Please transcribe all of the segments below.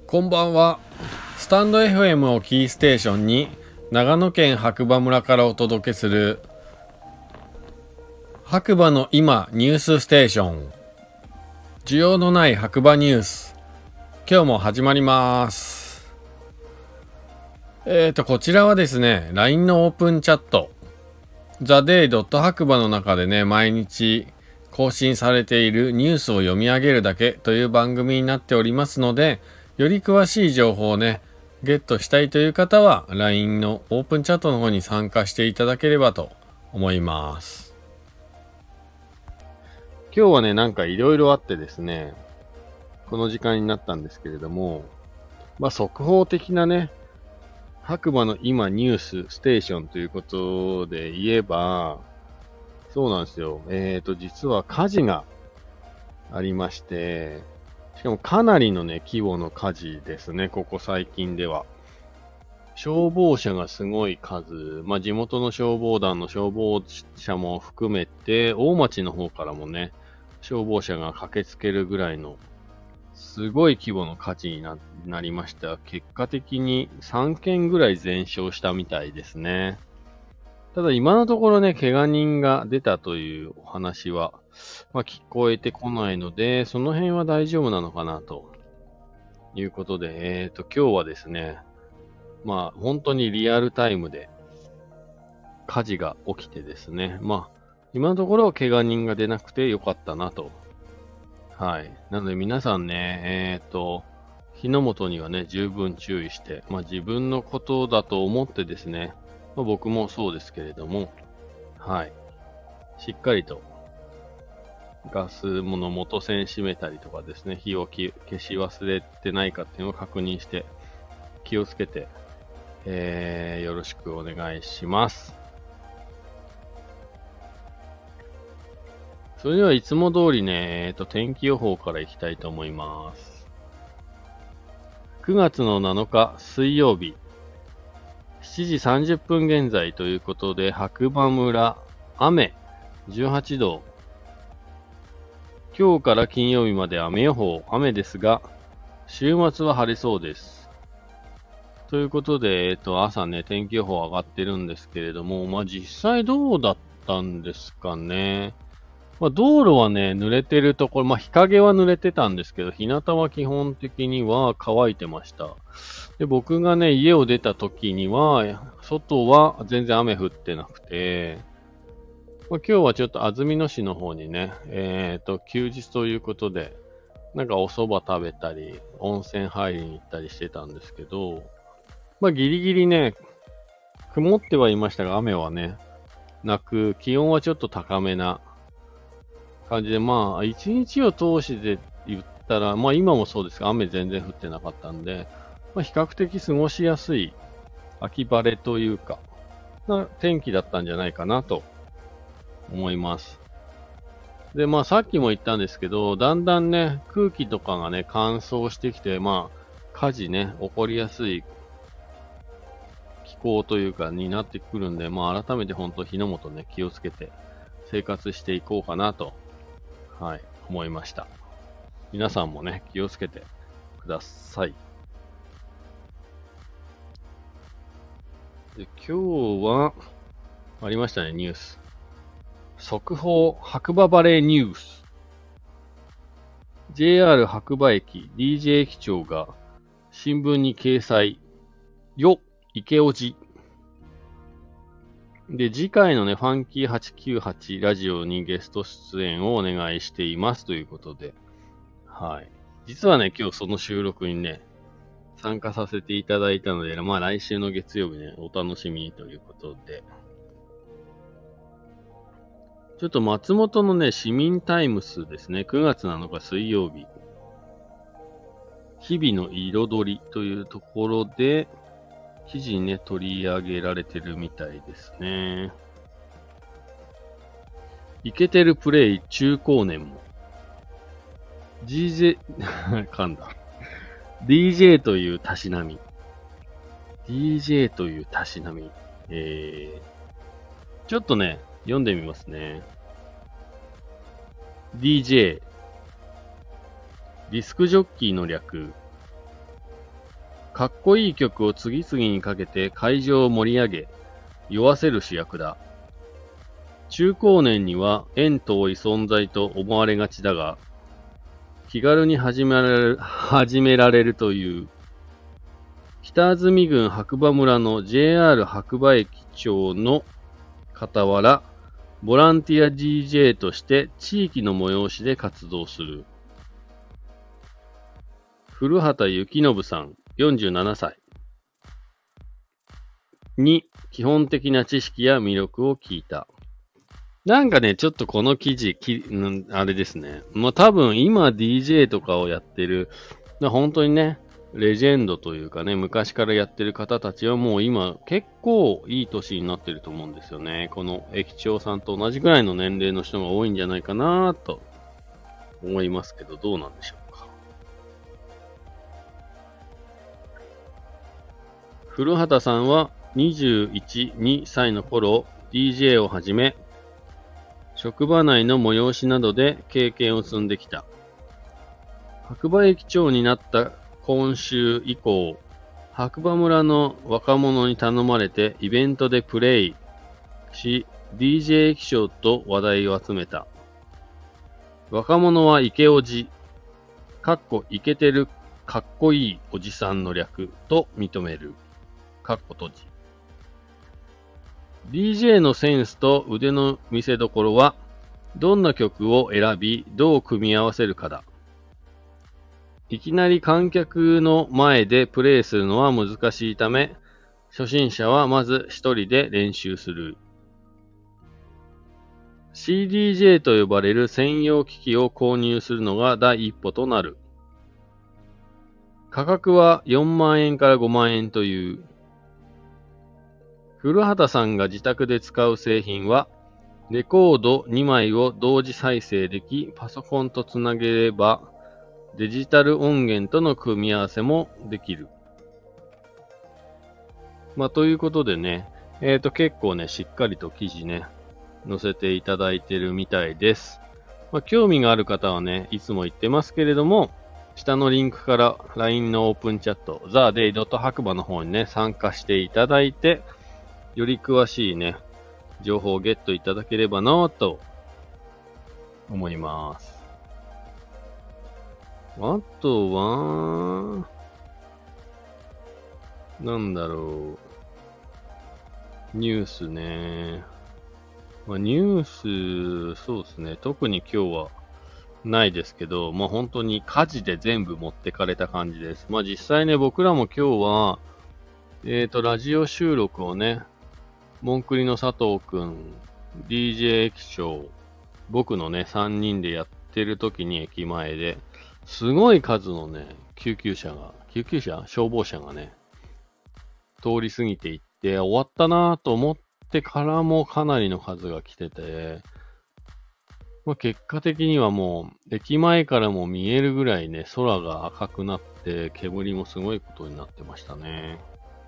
こんばんは。スタンド FM をキーステーションに長野県白馬村からお届けする白馬の今ニュースステーション、需要のない白馬ニュース、今日も始まります。こちらはですね、 LINE のオープンチャット TheDay. 白馬の中でね、毎日更新されているニュースを読み上げるだけという番組になっておりますので、より詳しい情報をねゲットしたいという方は LINE のオープンチャットの方に参加していただければと思います。今日はね、なんかいろいろあってですね、この時間になったんですけれども、速報的なね、白馬の今ニュースステーションということで言えば、そうなんですよ。実は火事がありまして、しかもかなりのね、規模の火事ですね、ここ最近では。消防車がすごい数、地元の消防団の消防車も含めて、大町の方からもね、消防車が駆けつけるぐらいの、すごい規模の火事に なりました。結果的に3件ぐらい全焼したみたいですね。ただ今のところね、怪我人が出たというお話は、聞こえてこないので、その辺は大丈夫なのかなということで、今日はですね、本当にリアルタイムで火事が起きてですね、今のところ怪我人が出なくてよかったなと。はい。なので皆さんね、火の元にはね、十分注意して、自分のことだと思ってですね、僕もそうですけれども、はい。しっかりとガスの元栓閉めたりとかですね、火を消し忘れてないかっていうのを確認して気をつけて、よろしくお願いします。それではいつも通りね、天気予報からいきたいと思います。9月の7日水曜日、7時30分現在ということで、白馬村、雨、18度。今日から金曜日まで雨予報、雨ですが、週末は晴れそうです。ということで、朝ね、天気予報上がってるんですけれども、実際どうだったんですかね。道路はね、濡れてるところ、日陰は濡れてたんですけど、日向は基本的には乾いてました。で、僕がね、家を出た時には、外は全然雨降ってなくて、今日はちょっと安曇野市の方にね、休日ということで、なんかお蕎麦食べたり、温泉入りに行ったりしてたんですけど、ギリギリね、曇ってはいましたが、雨はね、なく、気温はちょっと高めな感じで、一日を通して言ったら、今もそうですが、雨全然降ってなかったんで、比較的過ごしやすい秋晴れというか、な天気だったんじゃないかなと思います。で、さっきも言ったんですけど、だんだんね、空気とかがね、乾燥してきて、火事ね、起こりやすい気候というか、になってくるんで、改めて本当火の元ね、気をつけて生活していこうかなと、思いました。皆さんもね、気をつけてください。で、今日は、ありましたね、ニュース。速報、白馬バレーニュース。JR 白馬駅 DJ 駅長が新聞に掲載。よ、池オジ。で、次回のね、ファンキー898ラジオにゲスト出演をお願いしていますということで。はい。実はね、今日その収録にね、参加させていただいたので、来週の月曜日ね、お楽しみにということで。ちょっと松本のね、市民タイムスですね、9月7日水曜日。日々の彩りというところで、記事にね、取り上げられてるみたいですね。イケてるプレイ中高年も。噛んだ。DJ というたしなみ。DJ というたしなみ。ちょっとね、読んでみますね。DJ。ディスクジョッキーの略。 かっこいい曲を次々にかけて会場を盛り上げ、酔わせる主役だ。中高年には縁遠い存在と思われがちだが、気軽に始められるという、北安住郡白馬村の JR 白馬駅長の傍ら、ボランティア DJ として地域の催しで活動する。古畑幸信さん、47歳。に、基本的な知識や魅力を聞いた。なんかね、ちょっとこの記事、あれですね。まあ、多分今 DJ とかをやってる、本当にね、レジェンドというかね、昔からやってる方たちはもう今結構いい年になってると思うんですよね。この駅長さんと同じくらいの年齢の人が多いんじゃないかなと思いますけど、どうなんでしょうか。古畑さんは21、2歳の頃、DJ を始め、職場内の催しなどで経験を積んできた。白馬駅長になった今週以降、白馬村の若者に頼まれてイベントでプレイし、DJ 駅長と話題を集めた。若者はイケオジ、イケてるかっこいいおじさんの略と認める。閉じ。DJ のセンスと腕の見せ所は、どんな曲を選び、どう組み合わせるかだ。いきなり観客の前でプレイするのは難しいため、初心者はまず一人で練習する。CDJ と呼ばれる専用機器を購入するのが第一歩となる。価格は4万円から5万円という。古畑さんが自宅で使う製品は、レコード2枚を同時再生でき、パソコンとつなげれば、デジタル音源との組み合わせもできる。ということでね、結構ね、しっかりと記事ね、載せていただいてるみたいです。興味がある方はね、いつも言ってますけれども、下のリンクから LINE のオープンチャット、TheDay. 白馬の方にね、参加していただいて、より詳しいね、情報をゲットいただければなと思います。あとは、なんだろう。ニュースね。ニュース、そうですね。特に今日はないですけど、本当に火事で全部持ってかれた感じです。実際ね、僕らも今日は、ラジオ収録をね、モンクリの佐藤くん、DJ 駅長、僕のね、3人でやってる時に駅前で、すごい数のね、消防車がね、通り過ぎていって、終わったなぁと思ってからもかなりの数が来てて、結果的にはもう、駅前からも見えるぐらいね、空が赤くなって、煙もすごいことになってましたね。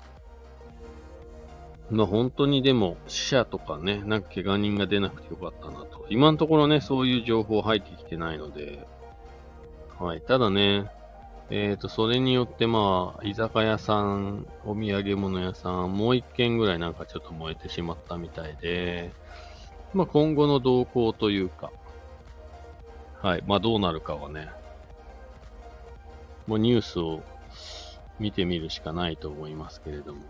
本当にでも死者とかね、怪我人が出なくてよかったなと。今のところね、そういう情報入ってきてないので、はい。ただね、それによって居酒屋さん、お土産物屋さん、もう一軒ぐらいちょっと燃えてしまったみたいで、今後の動向というか、はい。どうなるかはね、もうニュースを見てみるしかないと思いますけれども。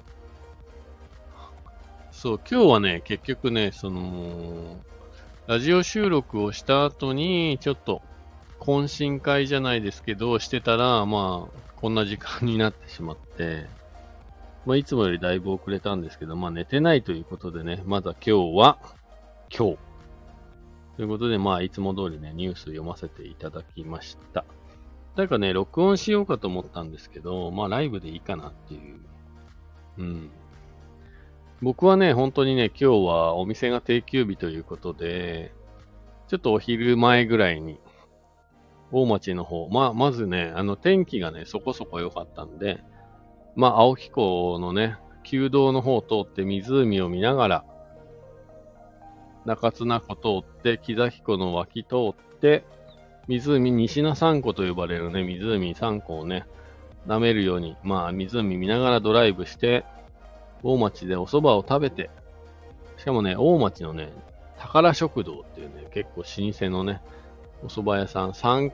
そう、今日はね、結局ね、ラジオ収録をした後に、ちょっと、懇親会じゃないですけど、してたら、こんな時間になってしまって、いつもよりだいぶ遅れたんですけど、寝てないということでね、まだ今日。ということで、いつも通りね、ニュース読ませていただきました。録音しようかと思ったんですけど、ライブでいいかなっていう。僕はね、本当にね、今日はお店が定休日ということで、ちょっとお昼前ぐらいに、大町の方、まずね、天気がね、そこそこ良かったんで、青木湖のね、旧道の方を通って湖を見ながら、中綱湖通って、木崎湖の脇通って、西名三湖と呼ばれるね、湖3湖をね、 舐めるように、まあ湖見ながらドライブして、大町でお蕎麦を食べて、しかもね、大町のね、宝食堂っていうね、結構老舗のね、お蕎麦屋さん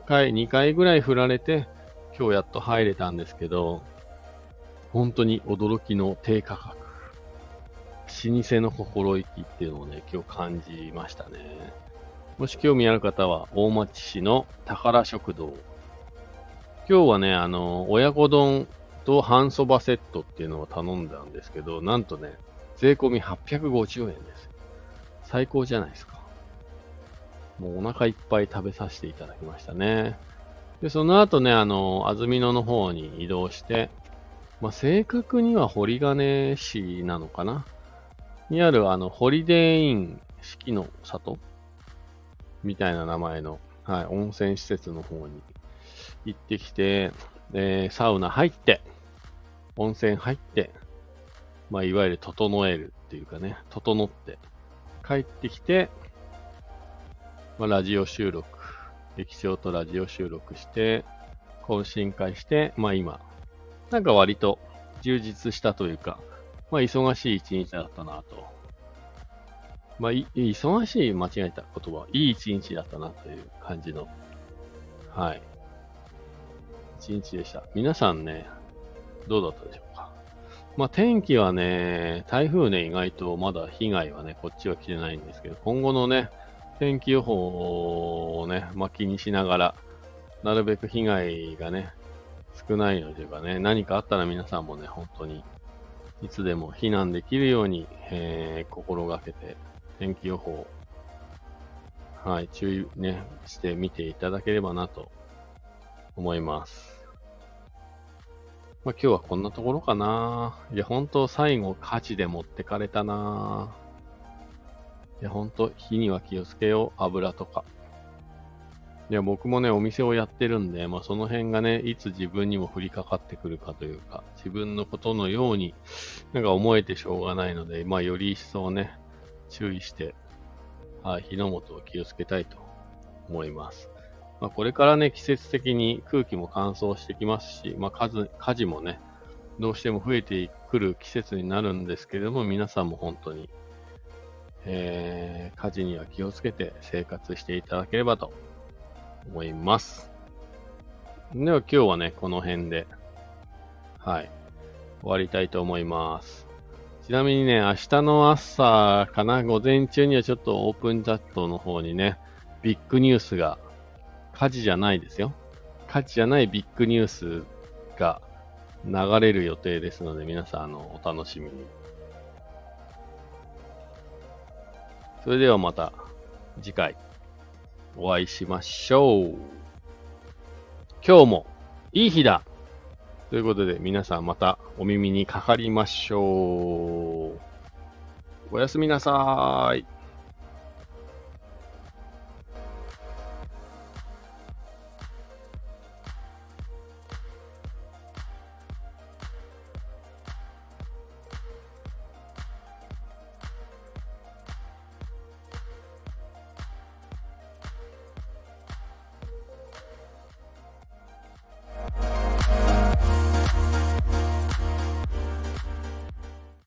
2回ぐらい振られて、今日やっと入れたんですけど、本当に驚きの低価格。老舗の心意気っていうのをね、今日感じましたね。もし興味ある方は、大町市の宝食堂。今日はね、親子丼と半そばセットっていうのを頼んだんですけど、なんとね、税込み850円です。最高じゃないですか。もうお腹いっぱい食べさせていただきましたね。で、その後ね、安曇野の方に移動して、まあ、正確には堀金市なのかなにあるホリデーイン四季の里みたいな名前の、はい、温泉施設の方に行ってきて、サウナ入って、温泉入って、まあ、いわゆる整えるっていうかね、整って、帰ってきて、まあ、ラジオ収録、液晶とラジオ収録して、懇親会して、まあ今、なんか割と充実したというか、まあ忙しい一日だったなと。まあ忙しい間違えた言葉、いい一日だったなという感じの、はい。一日でした。皆さんね、どうだったでしょうか。まあ天気はね、台風ね、意外とまだ被害はね、こっちは来てないんですけど、今後のね、天気予報をね、まあ気にしながら、なるべく被害がね、少ないのというかね、何かあったら皆さんもね、本当に、いつでも避難できるように、心がけて、天気予報、はい、注意ね、してみていただければなと思います。まあ今日はこんなところかな。いや、本当最後火事で持ってかれたな。いや、本当火には気をつけよう、油とか。いや、僕もね、お店をやってるんで、まあその辺がね、いつ自分にも降りかかってくるかというか、自分のことのように、なんか思えてしょうがないので、まあより一層ね、注意して、はい、火の元を気をつけたいと思います。まあこれからね、季節的に空気も乾燥してきますし、まあ火事もね、どうしても増えてくる季節になるんですけれども、皆さんも本当に、火事には気をつけて生活していただければと思います。では今日はね、この辺で、はい、終わりたいと思います。ちなみにね、明日の朝かな、午前中にはちょっとオープンチャットの方にね、ビッグニュースが、火事じゃないですよ。火事じゃないビッグニュースが流れる予定ですので、皆さんお楽しみに。それではまた次回お会いしましょう。今日もいい日だということで皆さんまたお耳にかかりましょう。おやすみなさーい。